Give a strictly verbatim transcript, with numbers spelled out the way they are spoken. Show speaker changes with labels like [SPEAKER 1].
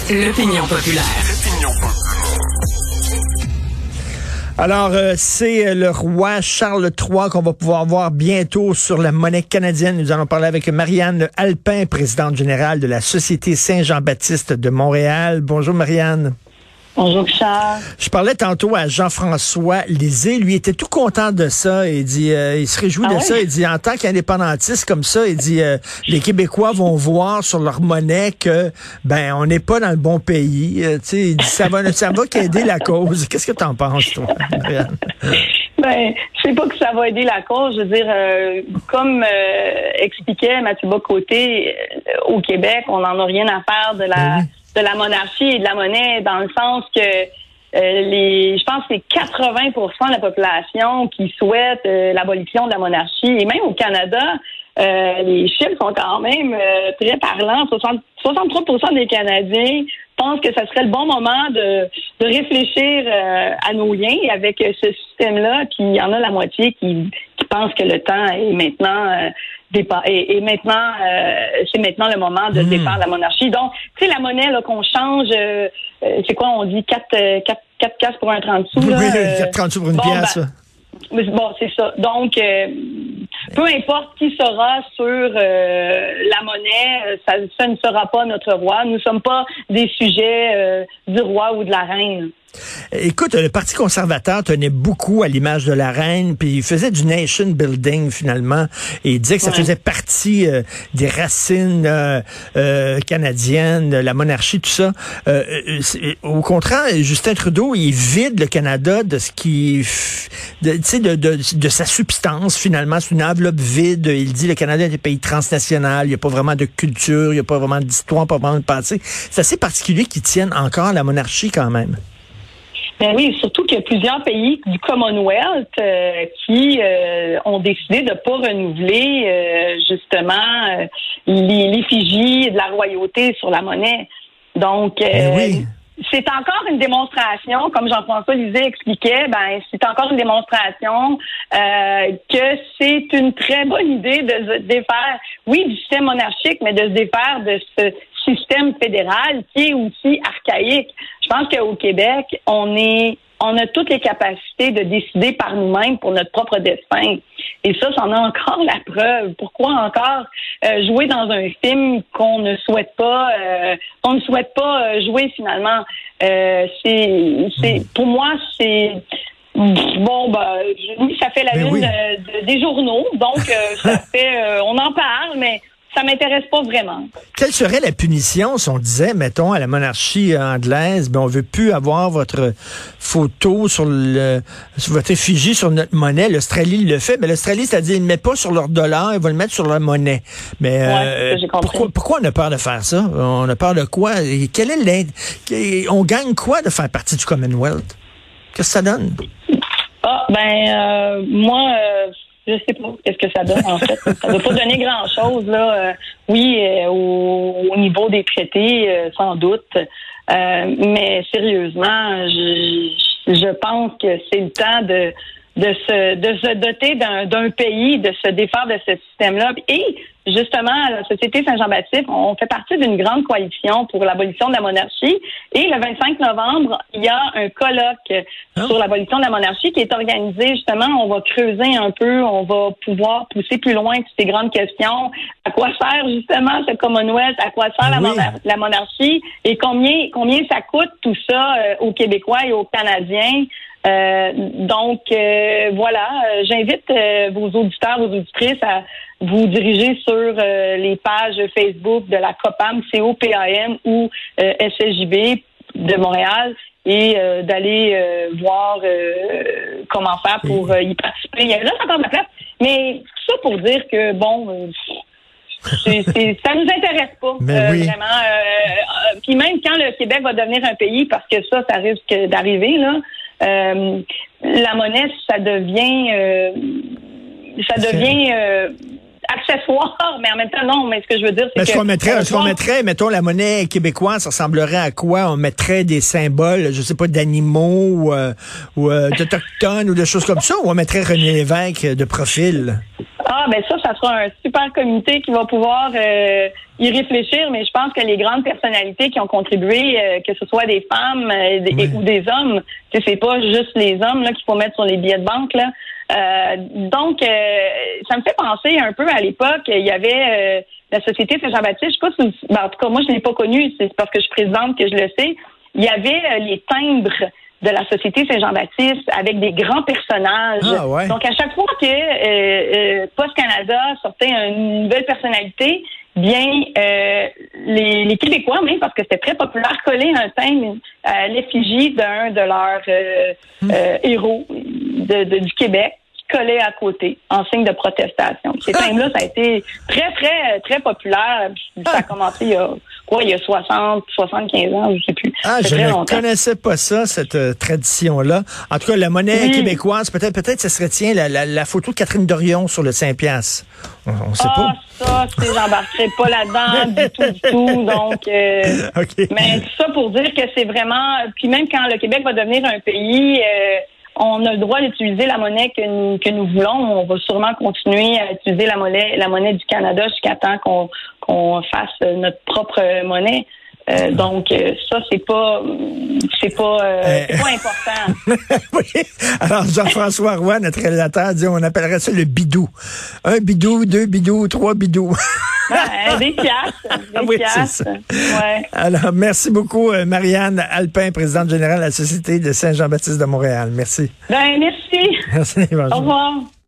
[SPEAKER 1] L'opinion populaire. L'opinion
[SPEAKER 2] populaire. Alors, euh, c'est le roi Charles trois qu'on va pouvoir voir bientôt sur la monnaie canadienne. Nous allons parler avec Marianne Alpin, présidente générale de la Société Saint-Jean-Baptiste de Montréal. Bonjour, Marianne.
[SPEAKER 3] Bonjour, Charles.
[SPEAKER 2] Je parlais tantôt à Jean-François Lisée. Lui était tout content de ça. Il dit, euh, il se réjouit ah de ouais? ça. Il dit, en tant qu'indépendantiste comme ça, il dit, euh, les Québécois vont voir sur leur monnaie que, ben, on n'est pas dans le bon pays. Euh, tu sais, il dit, ça va, ça va qu'aider la cause. Qu'est-ce que t'en penses, toi, Marianne?
[SPEAKER 3] Ben, je sais pas que ça va aider la cause. Je veux dire, euh, comme euh, expliquait Mathieu Bocoté, euh, au Québec, on n'en a rien à faire de la... Oui. de la monarchie et de la monnaie, dans le sens que euh, les, je pense que c'est quatre-vingts pour cent de la population qui souhaite euh, l'abolition de la monarchie. Et même au Canada, euh, les chiffres sont quand même euh, très parlants. soixante, soixante-trois pour cent des Canadiens pensent que ça serait le bon moment de, de réfléchir euh, à nos liens avec ce système-là. Puis il y en a la moitié qui, qui pensent que le temps est maintenant... Euh, Départ. Et, et maintenant, euh, c'est maintenant le moment de mmh. départ de la monarchie. Donc, tu sais, la monnaie là qu'on change, euh, c'est quoi, on dit quatre, quatre, quatre piastres pour un trente sous.
[SPEAKER 2] Oui,
[SPEAKER 3] là,
[SPEAKER 2] euh, quatre trente sous pour une bon, pièce.
[SPEAKER 3] Ben, bon, c'est ça. Donc, euh, peu importe qui sera sur euh, la monnaie, ça, ça ne sera pas notre roi. Nous ne sommes pas des sujets euh, du roi ou de la reine.
[SPEAKER 2] Écoute, le Parti conservateur tenait beaucoup à l'image de la reine, puis il faisait du nation building finalement, et il disait que ça ouais. faisait partie euh, des racines euh, euh, canadiennes, la monarchie, tout ça. Euh, au contraire, Justin Trudeau, il vide le Canada de ce qui, de, tu sais, de, de, de sa substance finalement. C'est une enveloppe vide. Il dit le Canada est un pays transnational, il n'y a pas vraiment de culture, il n'y a pas vraiment d'histoire, pas vraiment de passé. C'est assez particulier qu'ils tiennent encore à la monarchie quand même.
[SPEAKER 3] Ben oui, surtout qu'il y a plusieurs pays du Commonwealth euh, qui euh, ont décidé de ne pas renouveler euh, justement euh, les, l'effigie de la royauté sur la monnaie. Donc, euh,
[SPEAKER 2] oui.
[SPEAKER 3] c'est encore une démonstration, comme Jean-François Lisée expliquait, ben c'est encore une démonstration euh, que c'est une très bonne idée de se défaire, oui, du système monarchique, mais de se défaire de ce système fédéral qui est aussi archaïque. Je pense qu'au Québec, on est, on a toutes les capacités de décider par nous-mêmes pour notre propre destin. Et ça, c'en a encore la preuve. Pourquoi encore euh, jouer dans un film qu'on ne souhaite pas, euh, qu'on ne souhaite pas euh, jouer finalement? Euh, c'est, c'est, pour moi, c'est bon, ben, oui, ça fait la mais une oui. de, de, des journaux, donc euh, ça fait, euh, on en parle, mais ça m'intéresse pas vraiment.
[SPEAKER 2] Quelle serait la punition si on disait, mettons, à la monarchie anglaise, ben on veut plus avoir votre photo sur le sur votre effigie sur notre monnaie. L'Australie le fait, mais l'Australie, c'est-à-dire, ils ne mettent pas sur leur dollar, ils vont le mettre sur leur monnaie. Mais
[SPEAKER 3] ouais,
[SPEAKER 2] euh,
[SPEAKER 3] j'ai compris.
[SPEAKER 2] Pourquoi, pourquoi on a peur de faire ça? On a peur de quoi? Et quel est l'int... On gagne quoi de faire partie du Commonwealth? Qu'est-ce que ça donne?
[SPEAKER 3] Ah, ben, euh, moi... Euh... Je sais pas qu'est-ce que ça donne, en fait. Ça ne veut pas donner grand-chose, là. Euh, oui, euh, au, au niveau des traités, euh, sans doute. Euh, mais sérieusement, je, je pense que c'est le temps de, de, se, de se doter d'un, d'un pays, de se défaire de ce système-là. Et justement, la Société Saint-Jean-Baptiste, on fait partie d'une grande coalition pour l'abolition de la monarchie. Et le vingt-cinq novembre, il y a un colloque hein? sur l'abolition de la monarchie qui est organisé. Justement, on va creuser un peu, on va pouvoir pousser plus loin toutes ces grandes questions. À quoi sert justement ce Commonwealth? À quoi sert oui. la, monar- la monarchie? Et combien, combien ça coûte tout ça euh, aux Québécois et aux Canadiens? Euh, donc, euh, voilà, euh, j'invite euh, vos auditeurs, vos auditrices à vous diriger sur euh, les pages Facebook de la COPAM, C O P A M ou euh, S S J B de Montréal et euh, d'aller euh, voir euh, comment faire pour euh, y participer. Il y a là, c'est encore de la place, mais tout ça pour dire que, bon... Euh, c'est, c'est, ça nous intéresse pas, euh, oui. vraiment. Euh, euh, puis même quand le Québec va devenir un pays, parce que ça, ça risque d'arriver, là, euh, la monnaie, ça devient... Euh, ça devient... Euh, accessoire, mais en même temps, non, mais ce que je veux dire, c'est
[SPEAKER 2] mais
[SPEAKER 3] que...
[SPEAKER 2] Ce qu'on mettrait, ce qu'on mettrait, mettons, la monnaie québécoise, ça ressemblerait à quoi? On mettrait des symboles, je sais pas, d'animaux ou, euh, ou euh, d'autochtones ou des choses comme ça, ou on mettrait René Lévesque de profil?
[SPEAKER 3] Ah, ben ça, ça sera un super comité qui va pouvoir euh, y réfléchir, mais je pense que les grandes personnalités qui ont contribué, euh, que ce soit des femmes euh, des, oui. ou des hommes, c'est pas juste les hommes là qu'il faut mettre sur les billets de banque, là. Euh, donc, euh, ça me fait penser un peu à l'époque, il y avait euh, la Société Saint-Jean-Baptiste, je sais pas si, ben, en tout cas, moi, je l'ai pas connue, c'est parce que je suis présidente que je le sais. Il y avait euh, les timbres de la Société Saint-Jean-Baptiste avec des grands personnages.
[SPEAKER 2] Ah, ouais.
[SPEAKER 3] Donc, à chaque fois que euh, euh, Post Canada sortait une nouvelle personnalité, bien, euh, les, les Québécois, même parce que c'était très populaire, collaient un timbre à l'effigie d'un de leurs euh, hum. euh, héros de, de, du Québec, collé à côté, en signe de protestation. Ces timbres-là, ça a été très, très, très populaire. Ça a commencé il y a, quoi, il y a soixante, soixante-quinze ans, je sais plus.
[SPEAKER 2] Ah, je ne longtemps. connaissais pas ça, cette euh, tradition-là. En tout cas, la monnaie oui. québécoise, peut-être, peut-être, ce serait, tiens, la, la, la photo de Catherine Dorion sur le cinq-piastres. On, on sait
[SPEAKER 3] ah,
[SPEAKER 2] pas.
[SPEAKER 3] ça, tu sais, j'embarquerai pas là-dedans du tout, du tout. Donc, euh,
[SPEAKER 2] okay.
[SPEAKER 3] mais tout ça pour dire que c'est vraiment, puis même quand le Québec va devenir un pays, euh, on a le droit d'utiliser la monnaie que nous, que nous voulons. On va sûrement continuer à utiliser la monnaie, la monnaie du Canada jusqu'à temps qu'on, qu'on fasse notre propre monnaie. Euh, donc, euh, ça, c'est pas, c'est pas, euh, euh... c'est pas important.
[SPEAKER 2] Oui. Alors, Jean-François Roy, notre réalisateur, dit, on appellerait ça le bidou. Un bidou, deux bidous, trois bidous.
[SPEAKER 3] Ouais, des piastres. Des
[SPEAKER 2] oui,
[SPEAKER 3] piastres. Ouais.
[SPEAKER 2] Alors, merci beaucoup, Marianne Alpin, présidente générale de la Société de Saint-Jean-Baptiste de Montréal. Merci.
[SPEAKER 3] Ben, merci.
[SPEAKER 2] Merci. Bonjour.
[SPEAKER 3] Au revoir.